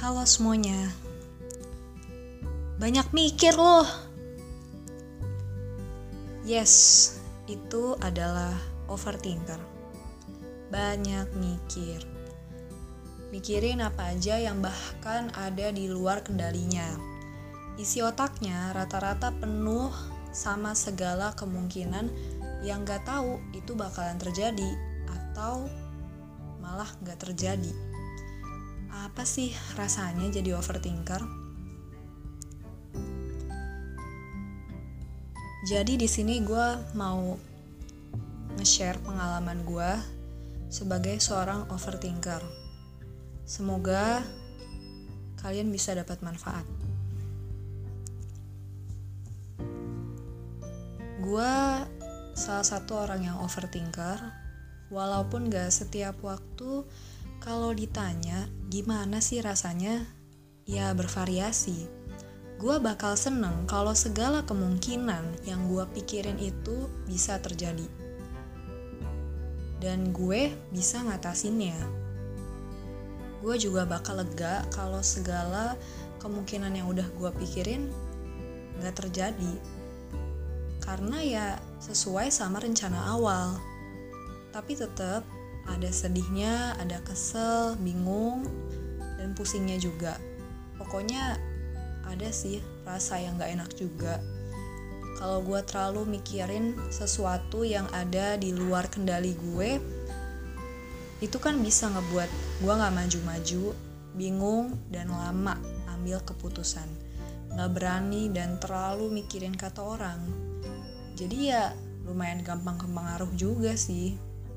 Halo semuanya. Banyak mikir loh. Yes, itu adalah overthinker. Banyak mikir. Mikirin apa aja yang bahkan ada di luar kendalinya. Isi otaknya rata-rata penuh sama segala kemungkinan yang gak tahu itu bakalan terjadi atau malah gak terjadi. Apa sih rasanya jadi overthinker? Jadi di sini gue mau nge-share pengalaman gue sebagai seorang overthinker. Semoga kalian bisa dapat manfaat. Gue salah satu orang yang overthinker, walaupun gak setiap waktu kalau ditanya gimana sih rasanya, ya bervariasi. Gue bakal seneng kalau segala kemungkinan yang gue pikirin itu bisa terjadi. Dan gue bisa ngatasinnya. Gue juga bakal lega kalau segala kemungkinan yang udah gue pikirin gak terjadi. Karena ya sesuai sama rencana awal. Tapi tetap ada sedihnya, ada kesel, bingung, dan pusingnya juga. Pokoknya ada sih rasa yang gak enak juga. Kalau gue terlalu mikirin sesuatu yang ada di luar kendali gue, itu kan bisa ngebuat gue gak maju-maju, bingung, dan lama ambil keputusan. Gak berani dan terlalu mikirin kata orang. Jadi ya lumayan gampang kepengaruh juga sih.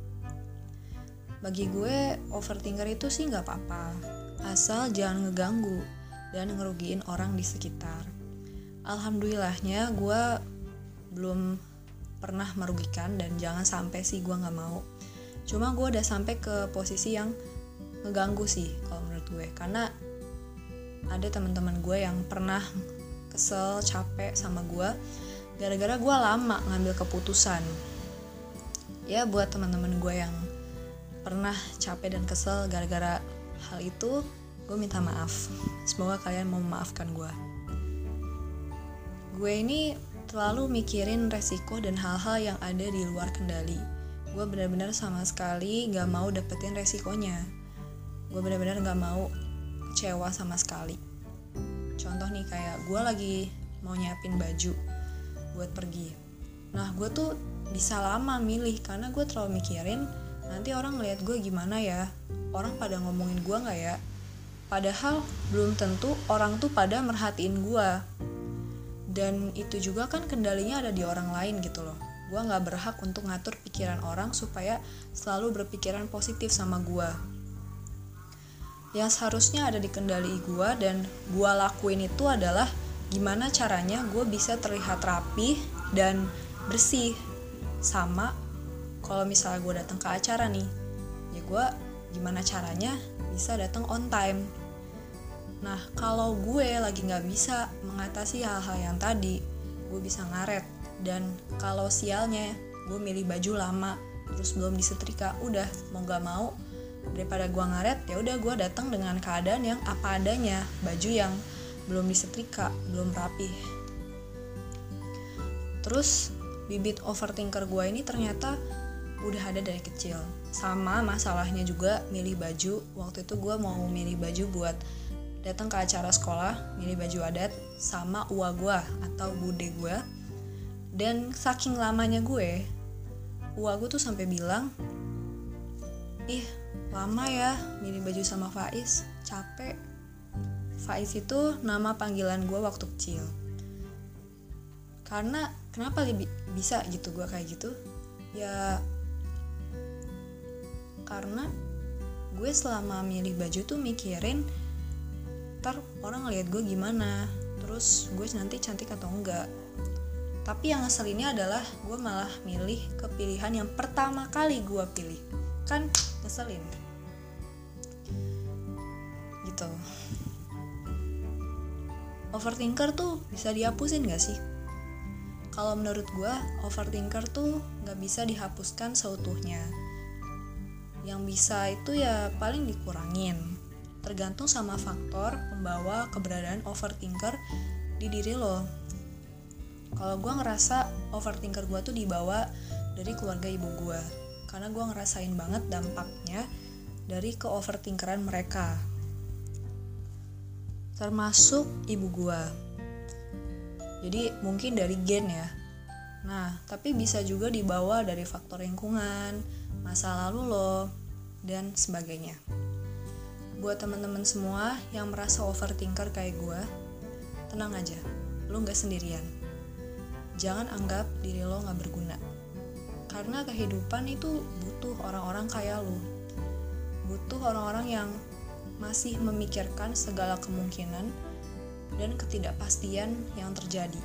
Bagi gue, overthinker itu sih gak apa-apa, asal jangan ngeganggu dan ngerugiin orang di sekitar. Alhamdulillahnya gue belum pernah merugikan dan jangan sampai sih gue gak mau. Cuma gue udah sampai ke posisi yang ngeganggu sih kalau menurut gue. Karena ada teman-teman gue yang pernah kesel, capek sama gue gara-gara gue lama ngambil keputusan. Ya buat teman-teman gue yang pernah capek dan kesel gara-gara hal itu, gue minta maaf. Semoga kalian mau memaafkan gue. Gue ini terlalu mikirin resiko dan hal-hal yang ada di luar kendali. Gue benar-benar sama sekali gak mau dapetin resikonya. Gue benar-benar gak mau kecewa sama sekali. Contoh nih kayak gue lagi mau nyiapin baju buat pergi. Nah gue tuh bisa lama milih karena gue terlalu mikirin nanti orang ngeliat gue gimana ya, orang pada ngomongin gue gak ya. Padahal belum tentu orang tuh pada merhatiin gue. Dan itu juga kan kendalinya ada di orang lain gitu loh. Gue gak berhak untuk ngatur pikiran orang supaya selalu berpikiran positif sama gue. Yang seharusnya ada di kendali gue dan gue lakuin itu adalah gimana caranya gue bisa terlihat rapi dan bersih. Sama kalau misalnya gue datang ke acara nih, ya gue gimana caranya bisa datang on time. Nah kalau gue lagi gak bisa mengatasi hal-hal yang tadi, gue bisa ngaret. Dan kalau sialnya gue milih baju lama terus belum disetrika, udah mau gak mau daripada gue ngaret, ya udah gue datang dengan keadaan yang apa adanya, baju yang belum disetrika, belum rapi. Terus bibit overthinker gue ini ternyata udah ada dari kecil. Sama masalahnya juga milih baju. Waktu itu gue mau milih baju buat datang ke acara sekolah, milih baju adat sama uwa gue atau bude gue. Dan saking lamanya gue, uwa gue tuh sampai bilang, ih lama ya milih baju sama Faiz, capek. Faiz itu nama panggilan gue waktu kecil. Karena kenapa bisa gitu gue kayak gitu? Ya karena gue selama milih baju tuh mikirin ntar orang ngeliat gue gimana, terus gue nanti cantik atau enggak. Tapi yang ngeselinnya adalah gue malah milih ke pilihan yang pertama kali gue pilih. Kan ngeselin gitu. Overthinker tuh bisa dihapusin gak sih? Kalau menurut gue, overthinker tuh gak bisa dihapuskan seutuhnya. Yang bisa itu ya paling dikurangin. tergantung sama faktor pembawa keberadaan overthinker di diri lo. Kalau gue ngerasa overthinker gue tuh dibawa dari keluarga ibu gue, karena gue ngerasain banget dampaknya dari ke-overthinkeran mereka, termasuk ibu gue. Jadi mungkin dari gen ya. Nah, tapi bisa juga dibawa dari faktor lingkungan, masa lalu lo, dan sebagainya. Buat teman-teman semua yang merasa overthinker kayak gue, tenang aja, lo gak sendirian. Jangan anggap diri lo gak berguna. Karena kehidupan itu butuh orang-orang kayak lo. Butuh orang-orang yang masih memikirkan segala kemungkinan dan ketidakpastian yang terjadi.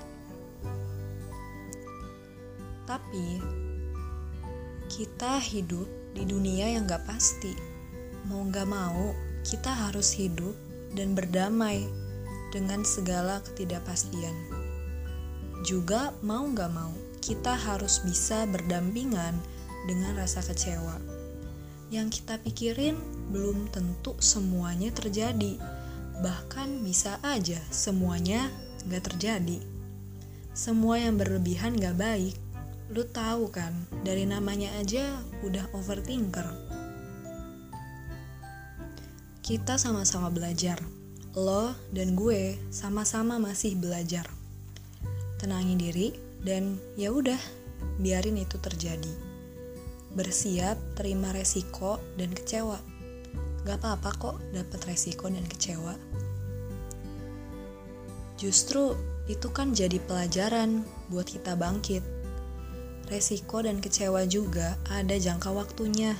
Tapi, kita hidup di dunia yang gak pasti. Mau gak mau, kita harus hidup dan berdamai dengan segala ketidakpastian. Juga mau gak mau, kita harus bisa berdampingan dengan rasa kecewa. Yang kita pikirin belum tentu semuanya terjadi. Bahkan bisa aja semuanya gak terjadi. Semua yang berlebihan gak baik. Lu tahu kan, dari namanya aja udah overthinker. Kita sama-sama belajar. Lo dan gue sama-sama masih belajar. Tenangin diri dan ya udah, biarin itu terjadi. Bersiap terima resiko dan kecewa. Gak apa-apa kok dapet resiko dan kecewa. Justru itu kan jadi pelajaran buat kita bangkit. Resiko dan kecewa juga ada jangka waktunya.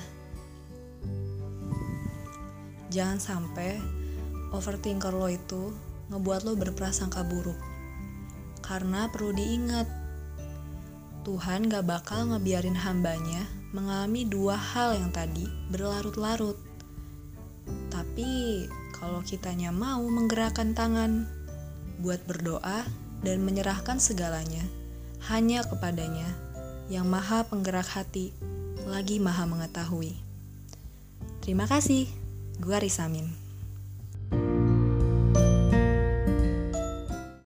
Jangan sampai overthinker lo itu ngebuat lo berprasangka buruk. Karena perlu diingat, Tuhan gak bakal ngebiarin hambanya mengalami dua hal yang tadi berlarut-larut. Tapi kalau kitanya mau menggerakkan tangan buat berdoa dan menyerahkan segalanya hanya kepadanya yang maha penggerak hati, lagi maha mengetahui. Terima kasih, gue Risamin.